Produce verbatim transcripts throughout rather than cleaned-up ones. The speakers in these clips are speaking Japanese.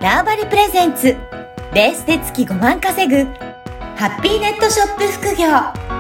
ターバリプレゼンツベースで月ごまん稼ぐハッピーネットショップ副業。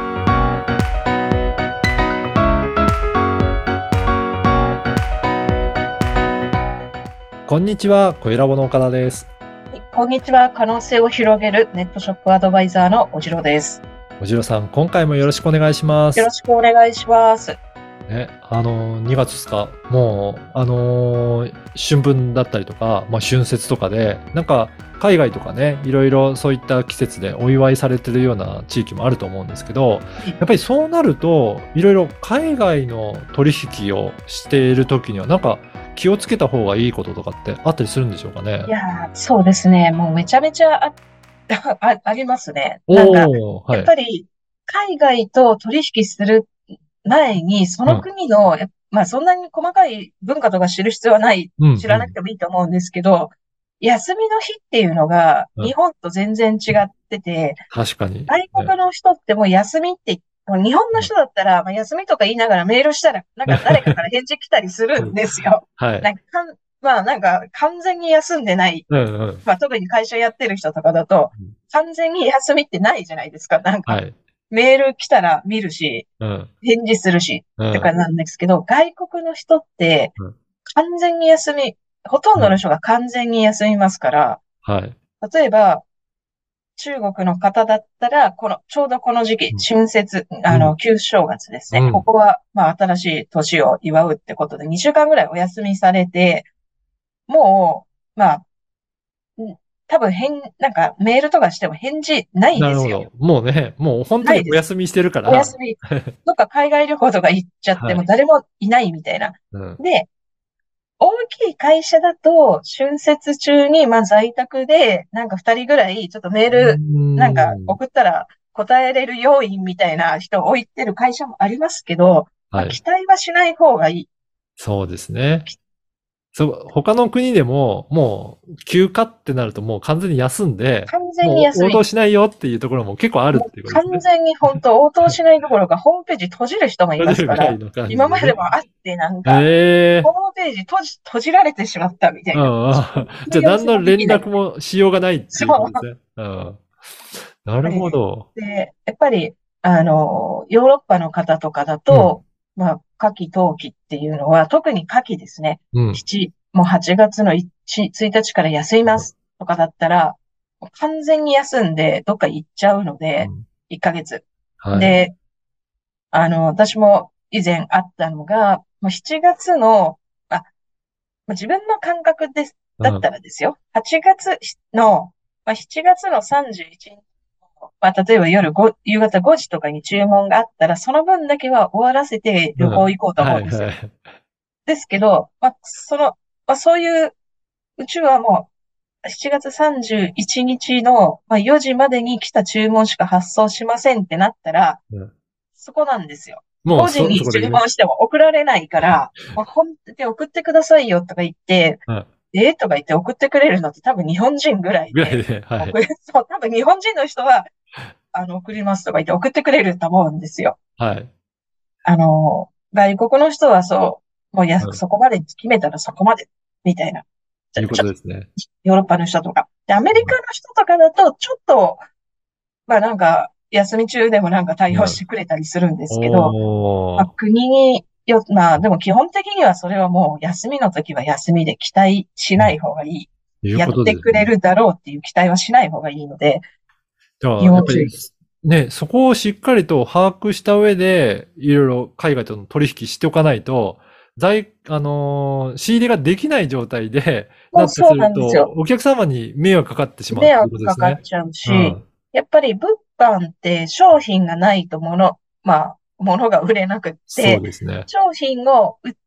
こんにちは、小ラボの岡田です。 こんにちは、可能性を広げるネットショップアドバイザーのおじろです。 おじろさん、今回もよろしくお願いします。 よろしくお願いします。 ね、あの、にがつですか、もう、あのー、春分だったりとか、まあ、春節とかで、なんか、海外とかね、いろいろそういった季節でお祝いされてるような地域もあると思うんですけど、やっぱりそうなると、いろいろ海外の取引をしているときには、なんか気をつけた方がいいこととかってあったりするんでしょうかね。 いやー、そうですね。もうめちゃめちゃあ、あ、ありますね。なんか、 おー、はい。 やっぱり、海外と取引する前に、その国の、やっまあそんなに細かい文化とか知る必要はない、 うん、 知らなくてもいいと思うんですけど、休みの日っていうのがうん、 日本と全然違ってて、 確かに。 外国の人ってもう休みって、もう日本の人だったら、まあ、休みとか言いながらメールしたら、なんか誰かから返事来たりするんですよ。 はい。 なんかかん、まあなんか完全に休んでない。 うんうん。 まあ特に会社やってる人とかだと、完全に休みってないじゃないですか。なんか、 はい。 メール来たら見るし、 うん。 返事するし、 うん。 とかなんですけど、外国の人ってうん。 完全に休み、ほとんどの人が完全に休みますから、 はい。 例えば、中国の方だったら、この、ちょうどこの時期、 うん。 春節、あうん。 の、旧正月ですね。こうん。 こは、まあ、新しい年を祝うってことで、にしゅうかんぐらいお休みされて、もう、まあ、ん多分返、なんか、メールとかしても返事ないですよ。 なるほど。もうね、もう本当ないです。 にお休みしてるから。 お休み。どっか海外旅行とか行っちゃってもはい。 誰もいないみたいな。 うん。 で、大きい会社だと、春節中に、まあ在宅で、なんか二人ぐらい、ちょっとメーうル、なんかーん。 送ったら答えれる要員みたいな人を置いてる会社もありますけど、まあはい。 期待はしない方がいい。 そうですね。そう、他の国でも、もう休暇ってなるともう完全に休んで、 完全にもう応答休み。 しないよっていうところも結構あるっもうていうことですね。 完全に本当応答しないどころか、ホームページ閉じる人もい閉じるますから、 ぐらいの感じ今までね。 でもあって、なんか、 ええホームページ閉じ、閉じられてしまったみたー。ういな。 んうん。じゃあ問い合わせもで何の連きないみたいな。 絡もしようがないっていうそう。 ことですね。うん。なるぱりね。 ほど。 で、やっぱり、あの、ヨーロッパの方とかだうん。 と、まあ、夏季冬季っていうのは、特に夏季ですね。 うん。 しち、もうはちがつのいち、ついたちから休みますとかだったら、もう完全に休んでどっか行っちゃうので、 うん。 いっかげつ。 はい。 で、あの、私も以前あったのが、もうしちがつの、あ、まあ自分の感覚です、だっうん。 たらですよ。はちがつの、まあ、しちがつのさんじゅういちにち、まあ、例えば夜ご、夕方ごじとかに注文があったら、その分だけは終わらせて旅行うん。 行こうと思はうんですよ。 いはい。 ですけど、まあ、その、まあ、そういう、うちはもう、しちがつさんじゅういちにちの、まあ、よじまでに来た注文しか発送しませんってなったら、 うん。 そこなんですよ。5時もうそ、 に注そこでね。 文しても送られないから、まあ、本当に送ってくださいよとか言って、 うん。 えーとか言って送ってくれるのって多分日本人ぐらいで、 ぐらいで、はい。 送る、そう、多分日本人の人は、あの、送りますとか言って送ってくれると思うんですよ。 はい。 あの、外国の人はそう、もうや、 うん。 そこまで決めたらそこまで、みたいな。ちょ、 いうこちょ、 とですね。 ヨーロッパの人とか。で、アメリカの人とかだと、ちょっと、まあなんか、休み中でもなんか対応うん。 してくれたりするんですけど、まあおー。 国によ、まあでも基本的にはそれはもう休みの時は休みで期待しない方がいい。 いうやってくことですね。 れるだろうっていう期待はしない方がいいので、 じゃあ、やっぱり、 要注意。 ね、そこをしっかりと把握した上で、いろいろ海外との取引しておかないと、在、あのー仕入れができない状態で、なってすもうそうると、 なんですよ。 お客様に迷惑かかってしまう迷という惑かかっことですね。 ちゃうし、 うん。 やっぱり物販って商品がないともの、まあ、ものが売れなくっそうて、 ですね。 商品を売って、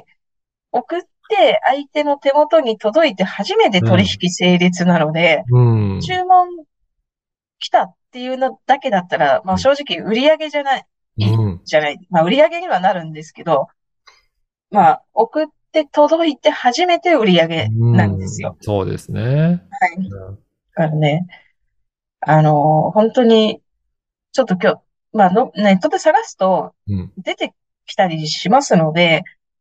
送って相手の手元に届いて初めて取うん。 引成立なので、 うん。 注文来たっていうのだけだったら、まあ正直売り上げじゃない、 ういん。 じゃない。まあ売り上げにはなるんですけど、まあ送って届いて初めて売り上げうなんですん。 よ。 そうですね。 はい。だうん。 からね、あの、本当に、ちょっと今日、まあの、ネットで探すとうん。 出てきたりしますので、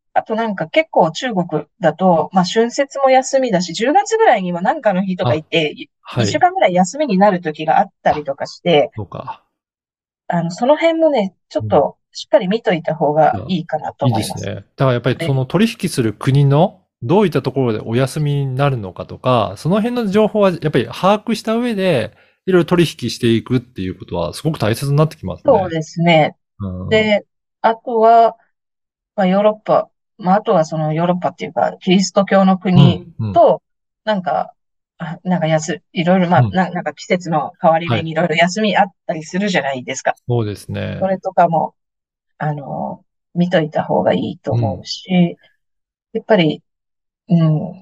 あとなんか結構中国だと、まあ春節も休みだし、じゅうがつぐらいにはなんかの日とかあ、 いて、2週はい。 間ぐらい休みになる時があったりあ、 とかして、 そうか。 あの、その辺もね、ちょうん。 っとしっかり見といた方いや、 がいいかなといい思います。 ですね。だからやっぱりそで、 の取引する国のどういったところでお休みになるのかとか、その辺の情報はやっぱり把握した上で、いろいろ取引していくっていうことはすごく大切になってきますね。 そうですね。 うん。 で、あとは、まあ、ヨーロッパ、まあ、あとはそのヨーロッパっていうか、キリスト教の国うん、うん、 と、なんか、あなんか休、いろいろ、まあ、 うん。 な、なんか季節の変わりはい。 目にいろいろ休みあったりするじゃないですか。 そうですね。 それとかも、あの、見といた方がいいとうん。 思うし、やっぱり、うん、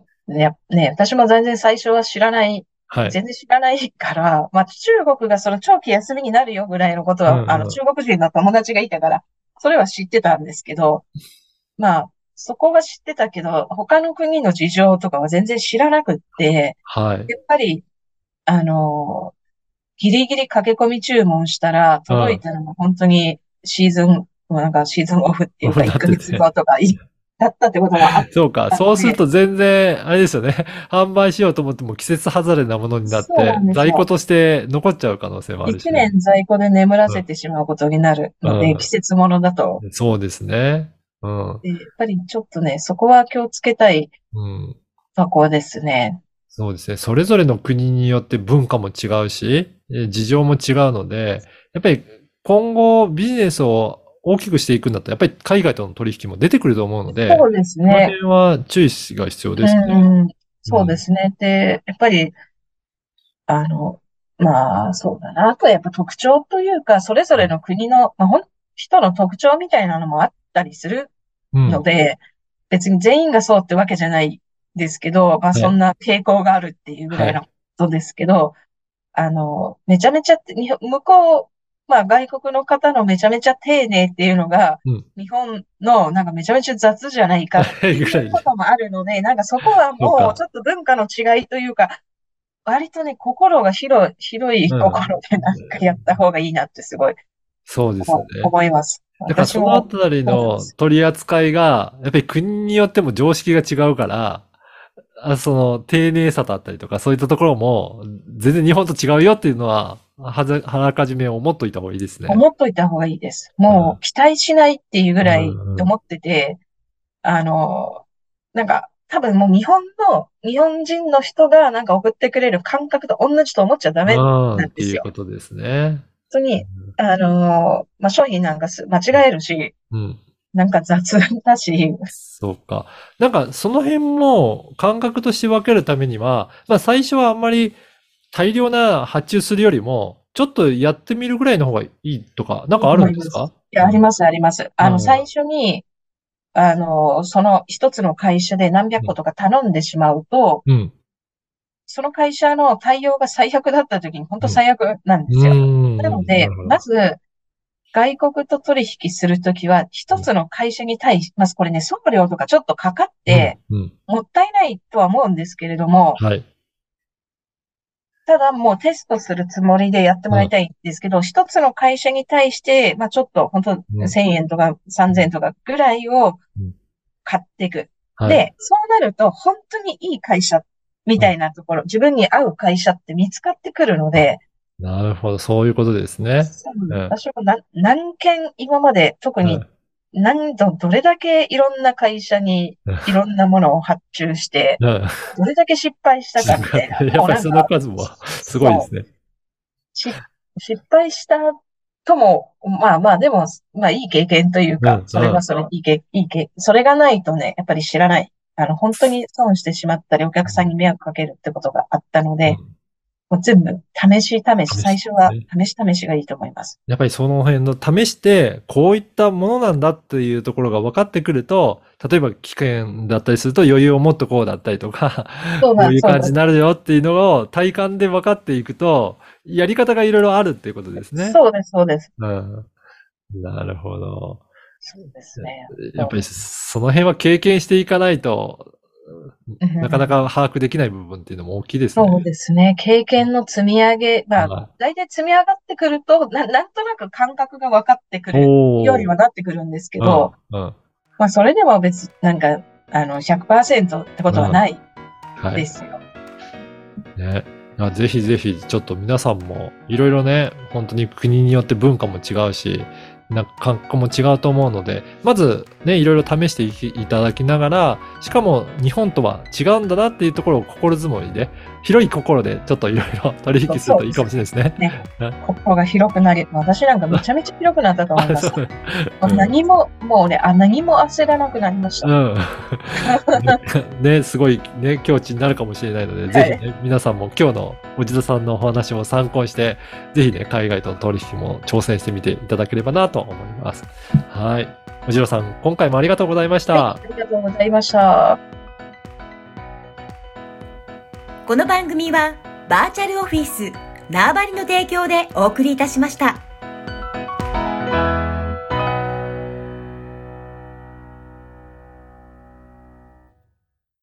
ね、ね、私も全然最初は知らない、 はい。 全然知らないから、まあ中国がその長期休みになるよぐらいのことうは、あのん、うん。 中国人の友達がいたから、それは知ってたんですけど、まあ、そこは知ってたけど、他の国の事情とかは全然知らなくって、 はい。 やっぱり、あの、ギリギリ駆け込み注文したら、 うん。 届いたのも本当にシーズン、なんかシーズンオフっていうか1 なっヶ月てて。 後とかい、だったってこともあっそうか。そうするたので、 と全然、あれですよね。販売しようと思っても季節外れなものになっそうなて、 んですよ。 在庫として残っちゃう可能性もある一しね。 年在庫で眠らうん。 せてしまうことになるので、季う節ものだと。 ん。そうですね。うん。 でやっぱりちょっとね、そこは気をつけたいうん。 とこですね。 そうですね。それぞれの国によって文化も違うし、え事情も違うので、やっぱり今後ビジネスを大きくしていくんだったら、やっぱり海外との取引も出てくると思うので、 そうですそのね。 辺は注意が必要ですね。 うん、そうでうん。 すね。で、やっぱり、あの、まあ、そうだな。あとはやっぱ特徴というか、それぞれの国の、まあ、ほん、人の特徴みたいなのもあったりするうん。 ので、別に全員がそうってわけじゃないですけど、まあ、 はい。 そんな傾向があるっていうぐらいのはい。 ことですけど、あの、めちゃめちゃ、日本向こう、まあ外国の方のめちゃめちゃ丁寧っていうのが、 うん。 日本のなんかめちゃめちゃ雑じゃないかっていうぐらい。 こともあるので、なんかそこはそうか。 もうちょっと文化の違いというか、割とね、心が広い、広いうん。 心でなんかやった方がいいなってすごいそうです思ね。 思います。 だからそのあ私もたりのそうなんです。 取り扱いが、やっぱり国によっても常識が違うから、あその丁寧さだったりとか、そういったところも、全然日本と違うよっていうのは、はず、あらかじめ思っといた方がいいですね。 思っといた方がいいです。 うん。 もう期待しないっていうぐうらいん、うん。 思ってて、あの、なんか、多分もう日本の、日本人の人がなんか送ってくれる感覚と同じと思っちゃダメうん、っていうなんですよ。 ことですね。 本当に、あの、まあ、商品なんかす間違えるし、 うん。 なんか雑だし、 そうか。なんか、その辺も感覚として分けるためには、まあ最初はあんまり大量な発注するよりも、ちょっとやってみるぐらいの方がいいとか、なんいいかあと思います。 るんですか？ いや、あります、あります。あの、 うん。 最初に、あの、その一つの会社で何百うん。 個とか頼んでしまうと、 うん。 その会社の対応が最悪だった時に本当うん。 最悪なんでうーすよ。なのん。なで、 るほど。 まず、外国と取引するときは、一うん。 つの会社に対し、まずこれね、送料とかちょっとかかっうん。 て、 うん。 もったいないとは思うんですけれども、 はい。 ただもうテストするつもりでやってもうん。 らいたいんですけど、一つの会社に対して、まあちょっと本うん。 当せんえんとかさんぜんえんとかぐらいをうん。 買っていく。 はい。 で、そうなると本当にいい会社みうん。 たいなところ、自分に合う会社って見つかってくるのあ、 で、 なるほど、そういうことですね。 そううん。 私も何、何件今まで特にはい。 何度、どれだけいろんな会社にうん。 いろんなものを発注して、 うん。 どれだけ失敗したすかみたいな。 ごい。やっぱりそのもうなんか、 数もすごいでそう、 すね。 し、失敗したとも、まあまあでも、まあいい経験というか、 うん。うん。 それはそれ、いい経、いい経、それがないとね、やっぱり知らない。あの、本当に損してしまったり、お客さんに迷惑かけるってことがあったので、 うん。 もう全部試し試し、 試最初はしね。 試し試しがいいと思います。 やっぱりその辺の試して、こういったものなんだっていうところが分かってくると、例えば危険だったりすると余裕を持っとこうだったりとか、 そうだ、 こういう感じにそうだ。 なるよっていうのを体感で分かっていくと、やり方がいろいろあるっていうことですね。 そうです、そうです。 うん。なるほど。 そうですね。 やっぱりそその辺は経験していかないと、 う。うんなかなか把握できない部分っていうのも大きいですね。 そうですね。経験の積み上げ、まあ、 はい。 大体積み上がってくると、な、なんとなく感覚が分かってくるようにおー。 はなってくるんですけうん、 ど、 うん。 まあ、それでも別、なんか、あの、ひゃくパーセント ってことはないはい。 ですよ。 ね。いやぜひぜひ、ちょっと皆さんも、いろいろね、本当に国によって文化も違うし、なんか感覚も違うと思うので、まずね、いろいろ試していきいただきながら、しかも日本とは違うんだなっていうところを心づもりで、広い心でちょっといろいろ取引するといいかもしれないですね。 ねね。 心が広くなり、私なんかめちゃめちゃ広くなったと思います。 そうもう何も、もうね、あ、何も焦らなくなりました。 うん。ね、ねすごいね、境地になるかもしれないので、 はいぜひね、皆さんも今日のおじださんのお話を参考にして、ぜひね、海外との取引も挑戦してみていただければなと思います。はい。おじろさん、今回もありがとうございました。 はい、ありがとうございました。 この番組はバーチャルオフィス縄張りの提供でお送りいたしました。